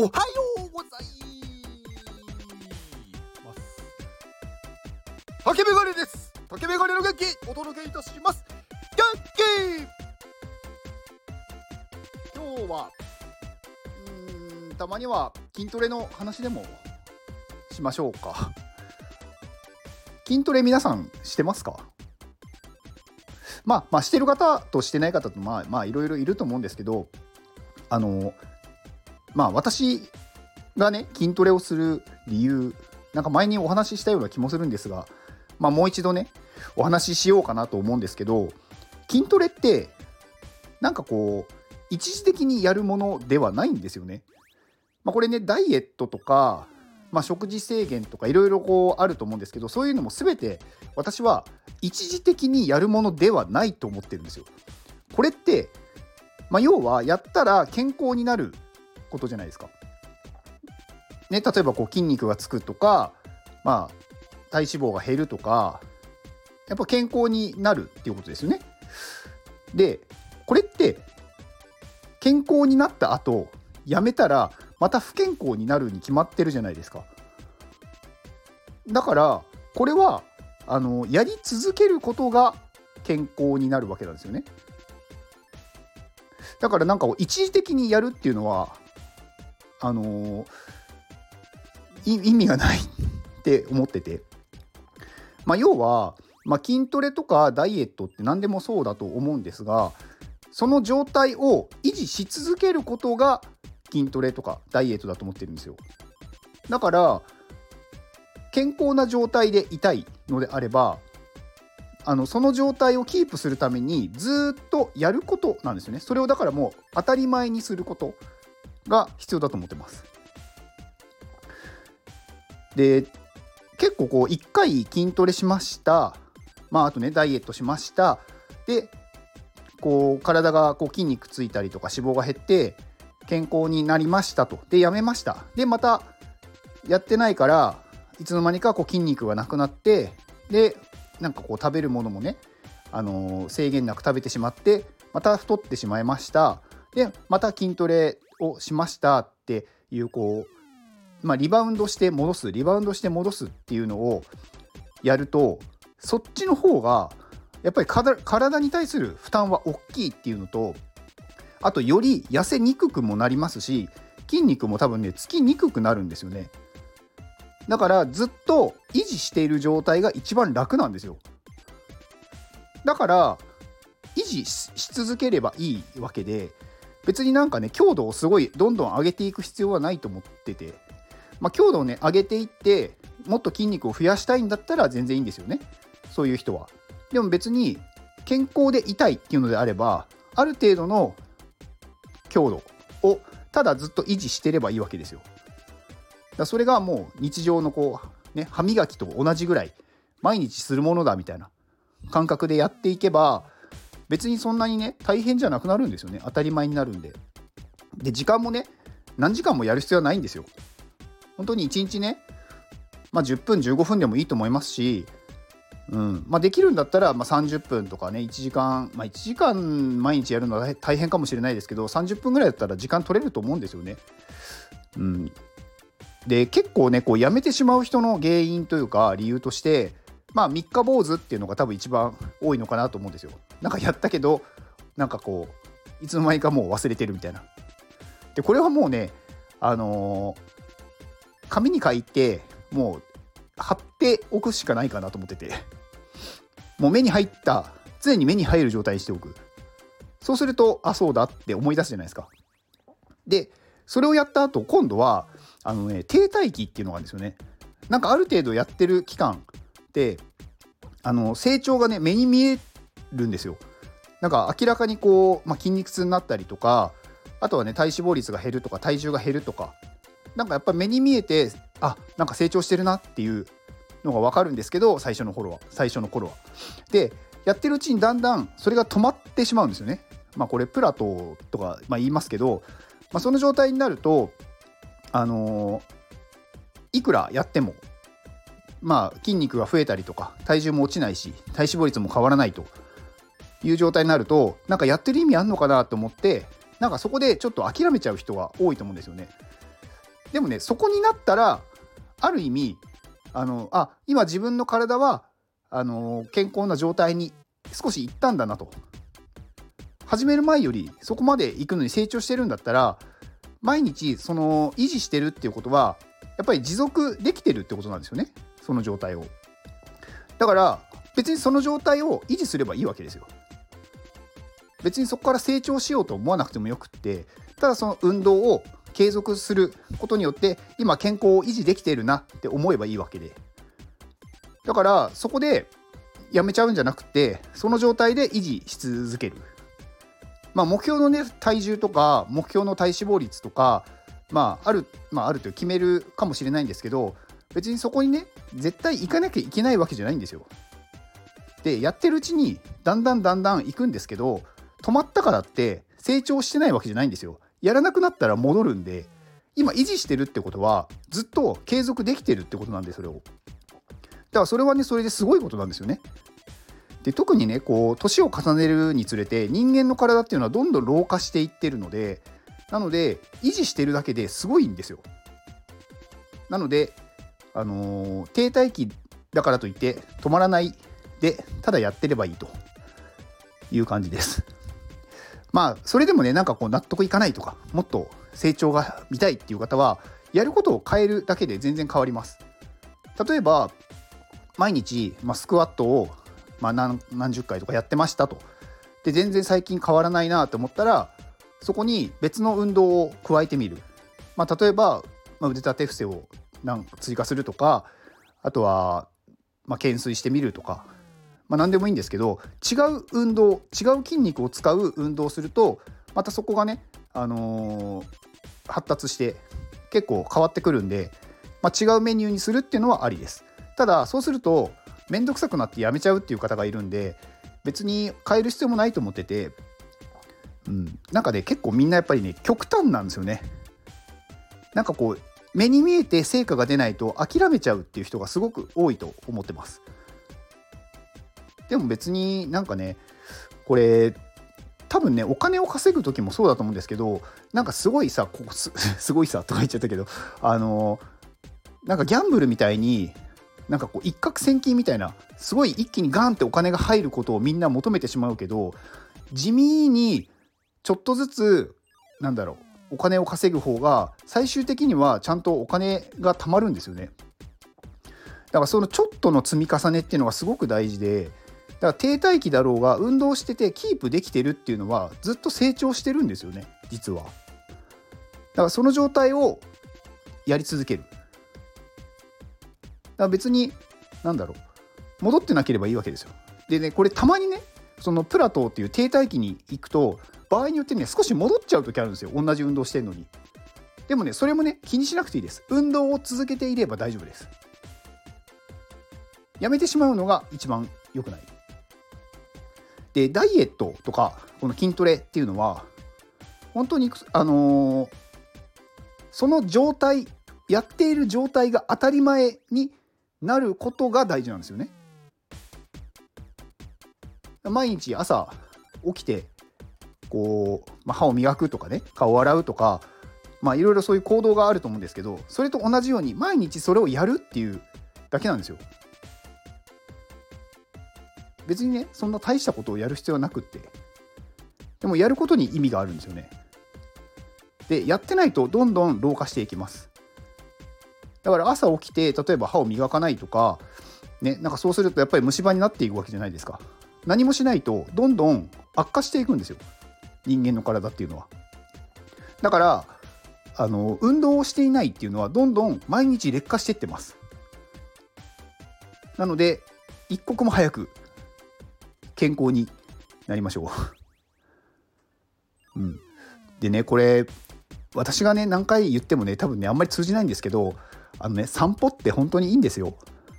おはようございます。竹メガネです。竹メガネの元気お届けいたします。元気。今日はたまには筋トレの話でもしましょうか。筋トレ皆さんしてますか？まあしてる方としてない方といろいろいると思うんですけど、私がね筋トレをする理由、なんか前にお話ししたような気もするんですが、もう一度ねお話ししようかなと思うんですけど、筋トレってなんかこう一時的にやるものではないんですよね。これねダイエットとか、食事制限とかいろいろあると思うんですけど、そういうのも全て私は一時的にやるものではないと思ってるんですよ。これって、要はやったら健康になることじゃないですか。ね、例えば筋肉がつくとか、体脂肪が減るとか、やっぱ健康になるっていうことですよね。で、これって健康になった後やめたらまた不健康になるに決まってるじゃないですか。だからこれはやり続けることが健康になるわけなんですよね。だからなんか一時的にやるっていうのは意味がないって思ってて、要は、筋トレとかダイエットって何でもそうだと思うんですが、その状態を維持し続けることが筋トレとかダイエットだと思ってるんですよ。だから健康な状態でいたいのであれば、その状態をキープするためにずっとやることなんですよね。それをだからもう当たり前にすることが必要だと思ってます。で、結構1回筋トレしました、あとねダイエットしました、で体が筋肉ついたりとか脂肪が減って健康になりましたと。でやめました。でまたやってないからいつの間にか筋肉がなくなって、でなんか食べるものもね、制限なく食べてしまってまた太ってしまいました。でまた筋トレをしましたっていうリバウンドして戻すっていうのをやると、そっちの方がやっぱり体に対する負担は大きいっていうのと、あとより痩せにくくもなりますし、筋肉も多分ねつきにくくなるんですよね。だからずっと維持している状態が一番楽なんですよ。だから維持 し続ければいいわけで、別になんかね強度をすごいどんどん上げていく必要はないと思ってて、強度をね上げていってもっと筋肉を増やしたいんだったら全然いいんですよね、そういう人は。でも別に健康でいたいっていうのであれば、ある程度の強度をただずっと維持してればいいわけですよ。それがもう日常の歯磨きと同じぐらい毎日するものだみたいな感覚でやっていけば、別にそんなにね大変じゃなくなるんですよね。当たり前になるんで。で時間もね何時間もやる必要はないんですよ。本当に1日ね、10分15分でもいいと思いますし、できるんだったら30分とかね1時間、1時間毎日やるのは大変かもしれないですけど、30分ぐらいだったら時間取れると思うんですよね。で結構ねやめてしまう人の原因というか理由として、三日坊主っていうのが多分一番多いのかなと思うんですよ。なんかやったけどなんかいつの間にかもう忘れてるみたいな。でこれはもうね紙に書いてもう貼っておくしかないかなと思ってて、もう常に目に入る状態にしておく。そうするとそうだって思い出すじゃないですか。でそれをやった後今度は停滞期っていうのがあるんですよね。なんかある程度やってる期間って成長がね目に見えるんですよ。なんか明らかに筋肉痛になったりとか、あとはね体脂肪率が減るとか体重が減るとか、なんかやっぱ目に見えてなんか成長してるなっていうのが分かるんですけど、最初の頃はでやってるうちにだんだんそれが止まってしまうんですよね。これプラトーとか言いますけど、その状態になるといくらやっても筋肉が増えたりとか体重も落ちないし体脂肪率も変わらないという状態になると、なんかやってる意味あんのかなと思って、なんかそこでちょっと諦めちゃう人が多いと思うんですよね。 でもね、そこになったらある意味今自分の体は健康な状態に少しいったんだなと。始める前よりそこまで行くのに成長してるんだったら、毎日その維持してるっていうことはやっぱり持続できてるってことなんですよね、その状態を。だから別にその状態を維持すればいいわけですよ。別にそこから成長しようと思わなくてもよくって、ただその運動を継続することによって今健康を維持できているなって思えばいいわけで、だからそこでやめちゃうんじゃなくて、その状態で維持し続ける。目標のね、体重とか目標の体脂肪率とかあると決めるかもしれないんですけど、別にそこにね絶対行かなきゃいけないわけじゃないんですよ。でやってるうちにだんだん行くんですけど、止まったからって成長してないわけじゃないんですよ。やらなくなったら戻るんで、今維持してるってことはずっと継続できてるってことなんで、それをだからそれはね、それですごいことなんですよね。で特にね、年を重ねるにつれて人間の体っていうのはどんどん老化していってるので、なので維持してるだけですごいんですよ。なので、停滞期だからといって止まらないで、ただやってればいいという感じです。それでもね、納得いかないとか、もっと成長が見たいっていう方は、やることを変えるだけで全然変わります。例えば毎日、スクワットを何十回とかやってましたと。で全然最近変わらないなと思ったら、そこに別の運動を加えてみる。例えば、腕立て伏せを追加するとか、あとは、懸垂してみるとか、何でもいいんですけど、違う運動、違う筋肉を使う運動をすると、またそこがね、発達して結構変わってくるんで、違うメニューにするっていうのはありです。ただそうするとめんどくさくなってやめちゃうっていう方がいるんで、別に変える必要もないと思ってて、結構みんなやっぱりね、極端なんですよね。目に見えて成果が出ないと諦めちゃうっていう人がすごく多いと思ってます。でも別にこれ多分ね、お金を稼ぐ時もそうだと思うんですけど、すごいさすごいさとか言っちゃったけど、ギャンブルみたいに一攫千金みたいな、すごい一気にガンってお金が入ることをみんな求めてしまうけど、地味にちょっとずつお金を稼ぐ方が最終的にはちゃんとお金が貯まるんですよね。だからそのちょっとの積み重ねっていうのがすごく大事で、だから停滞期だろうが運動しててキープできてるっていうのはずっと成長してるんですよね、実は。だからその状態をやり続ける。だから別に戻ってなければいいわけですよ。でね、これたまにね、そのプラトーっていう停滞期に行くと、場合によってね、少し戻っちゃう時あるんですよ、同じ運動してるのに。でもね、それもね、気にしなくていいです。運動を続けていれば大丈夫です。やめてしまうのが一番良くない。でダイエットとかこの筋トレっていうのは本当にその状態、やっている状態が当たり前になることが大事なんですよね。毎日朝起きて歯を磨くとかね、顔を洗うとか、いろいろそういう行動があると思うんですけど、それと同じように毎日それをやるっていうだけなんですよ。別にね、そんな大したことをやる必要はなくって、でもやることに意味があるんですよね。でやってないとどんどん老化していきます。だから朝起きて例えば歯を磨かないとかね、そうするとやっぱり虫歯になっていくわけじゃないですか。何もしないとどんどん悪化していくんですよ、人間の体っていうのは。だから運動をしていないっていうのはどんどん毎日劣化していってます。なので一刻も早く健康になりましょう。でね、これ私がね何回言ってもね多分ねあんまり通じないんですけど、散歩って本当にいいんですよ。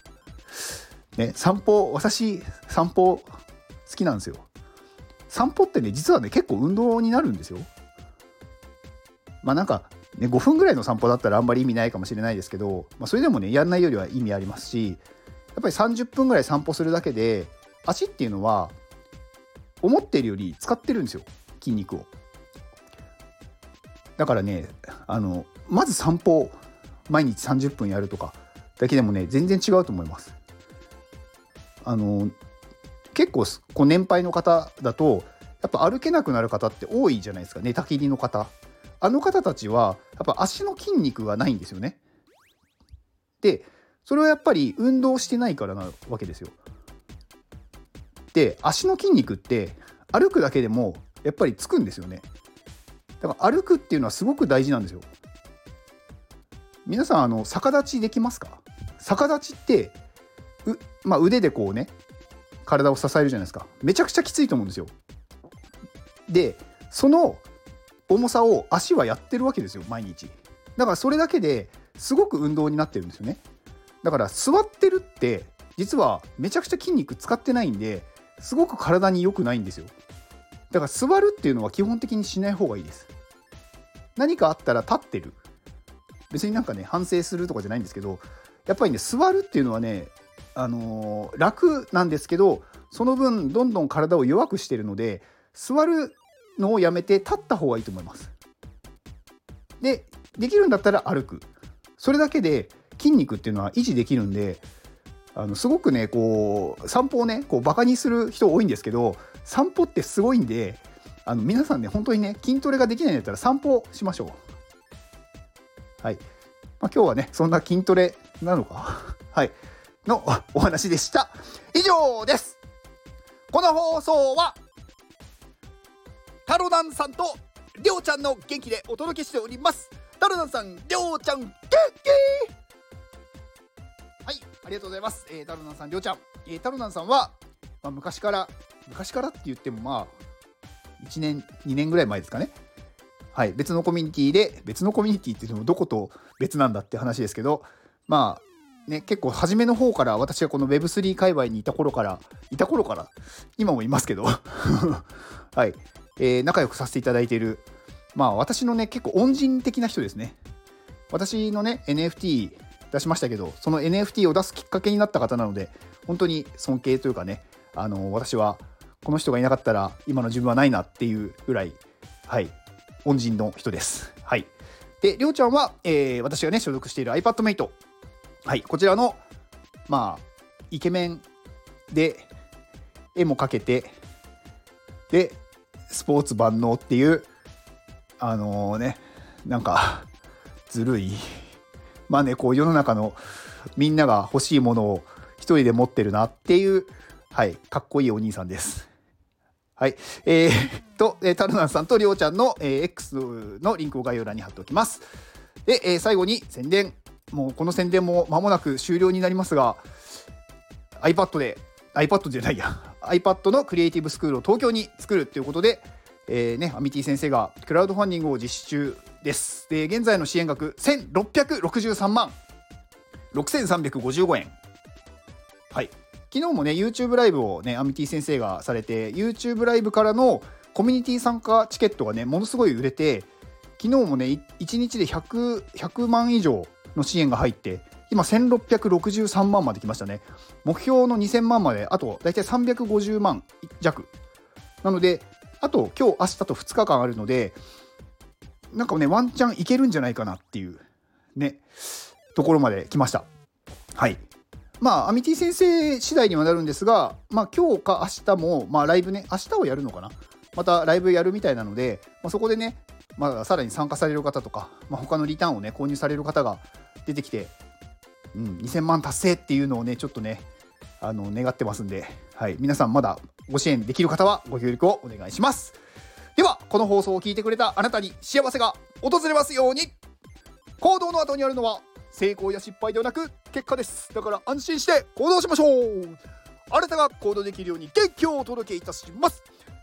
私散歩好きなんですよ。散歩ってね実はね結構運動になるんですよ。5分ぐらいの散歩だったらあんまり意味ないかもしれないですけど、それでもねやんないよりは意味ありますし、やっぱり30分ぐらい散歩するだけで足っていうのは思っているより使ってるんですよ、筋肉を。だからねまず散歩毎日30分やるとかだけでもね全然違うと思います。結構こう年配の方だとやっぱ歩けなくなる方って多いじゃないですか。寝たきりの方、あの方たちはやっぱ足の筋肉がないんですよね。でそれはやっぱり運動してないからなわけですよ。で足の筋肉って歩くだけでもやっぱりつくんですよね。だから歩くっていうのはすごく大事なんですよ。皆さん逆立ちできますか？逆立ちって腕でこうね体を支えるじゃないですか。めちゃくちゃきついと思うんですよ。でその重さを足はやってるわけですよ、毎日。だからそれだけですごく運動になってるんですよね。だから座ってるって実はめちゃくちゃ筋肉使ってないんですごく体に良くないんですよ。だから座るっていうのは基本的にしない方がいいです。何かあったら立ってる。別になんかね反省するとかじゃないんですけど、やっぱりね座るっていうのはね楽なんですけど、その分どんどん体を弱くしてるので、座るのをやめて立った方がいいと思います。できるんだったら歩く。それだけで筋肉っていうのは維持できるんで、すごくねこう散歩をねこうバカにする人多いんですけど、散歩ってすごいんで皆さんね本当にね筋トレができないんだったら散歩しましょう。はい、今日はねそんな筋トレなのかはいのお話でした。以上です。この放送はタロナンさんとりょうちゃんの元気でお届けしております。タロナンさん、りょうちゃん、元気。はい、ありがとうございます。タロナンさん、りょうちゃん、タロナンさんは、昔からって言っても1年2年ぐらい前ですかね。はい、別のコミュニティって言ってもどこと別なんだって話ですけど、結構初めの方から、私がこの Web3 界隈にいた頃から今もいますけどはい、仲良くさせていただいている、私のね結構恩人的な人ですね。私のね NFT 出しましたけど、その NFT を出すきっかけになった方なので、本当に尊敬というかね、私はこの人がいなかったら今の自分はないなっていうぐらい、はい、恩人の人です。はい。で、りょうちゃんは、私がね所属している iPadMate、はい、こちらのイケメンで絵も描けてでスポーツ万能っていうなんかずるいこう世の中のみんなが欲しいものを一人で持ってるなっていう、はい、かっこいいお兄さんです。はい、タルナンさんとりょうちゃんの、X のリンクを概要欄に貼っておきます。で、最後に宣伝。もうこの宣伝も間もなく終了になりますが、iPad のクリエイティブスクールを東京に作るということで、アミティ先生がクラウドファンディングを実施中です。で、現在の支援額1663万6355円。はい。昨日もね YouTube ライブをねアミティ先生がされて、 YouTube ライブからのコミュニティ参加チケットがねものすごい売れて、昨日もね1日で100万以上の支援が入って、今1663万まで来ましたね。目標の2000万まであとだいたい350万弱なので、あと今日明日と2日間あるので、なんかねワンチャンいけるんじゃないかなっていうねところまで来ました。はい。アミティ先生次第にはなるんですが、今日か明日も、ライブね、明日はやるのかな、またライブやるみたいなので、そこでね、さらに参加される方とか、他のリターンをね購入される方が出てきて、2000万達成っていうのをねちょっとね願ってますんで、はい、皆さんまだご支援できる方はご協力をお願いします。ではこの放送を聞いてくれたあなたに幸せが訪れますように。行動の後にあるのは成功や失敗ではなく結果です。だから安心して行動しましょう。あなたが行動できるように元気をお届けいたします。